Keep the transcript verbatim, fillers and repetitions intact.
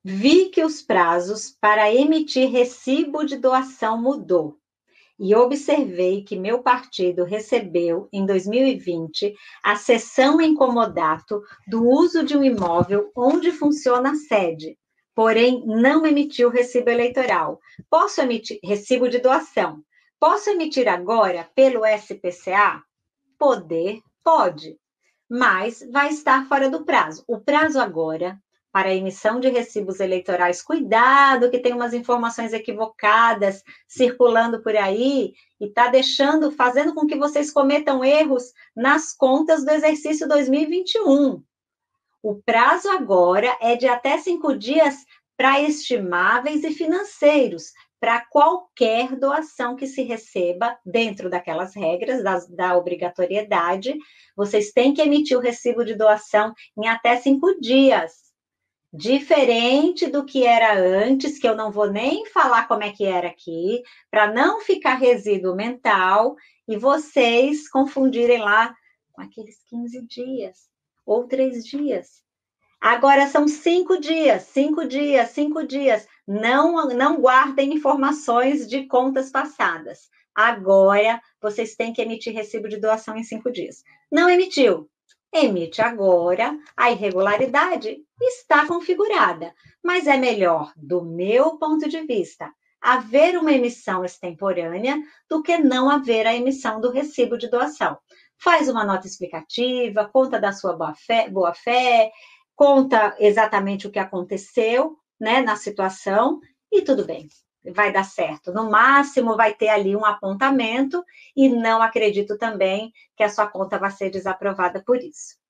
Vi que os prazos para emitir recibo de doação mudou e observei que meu partido recebeu, em dois mil e vinte, a cessão em comodato do uso de um imóvel onde funciona a sede, porém não emitiu recibo eleitoral. Posso emitir recibo de doação? Posso emitir agora pelo S P C A? Poder, pode, mas vai estar fora do prazo. O prazo agora para a emissão de recibos eleitorais, cuidado que tem umas informações equivocadas circulando por aí e está deixando, fazendo com que vocês cometam erros nas contas do exercício dois mil e vinte e um. O prazo agora é de até cinco dias para estimáveis e financeiros, para qualquer doação que se receba dentro daquelas regras da, da obrigatoriedade, vocês têm que emitir o recibo de doação em até cinco dias. Diferente do que era antes, que eu não vou nem falar como é que era aqui, para não ficar resíduo mental e vocês confundirem lá com aqueles quinze dias ou três dias. Agora são cinco dias, cinco dias, cinco dias. Não, não guardem informações de contas passadas. Agora vocês têm que emitir recibo de doação em cinco dias. Não emitiu? Emite agora, a irregularidade está configurada, mas é melhor, do meu ponto de vista, haver uma emissão extemporânea do que não haver a emissão do recibo de doação. Faz uma nota explicativa, conta da sua boa-fé, boa-fé, conta exatamente o que aconteceu, né, na situação, e tudo bem, vai dar certo. No máximo, vai ter ali um apontamento, e não acredito também que a sua conta vai ser desaprovada por isso.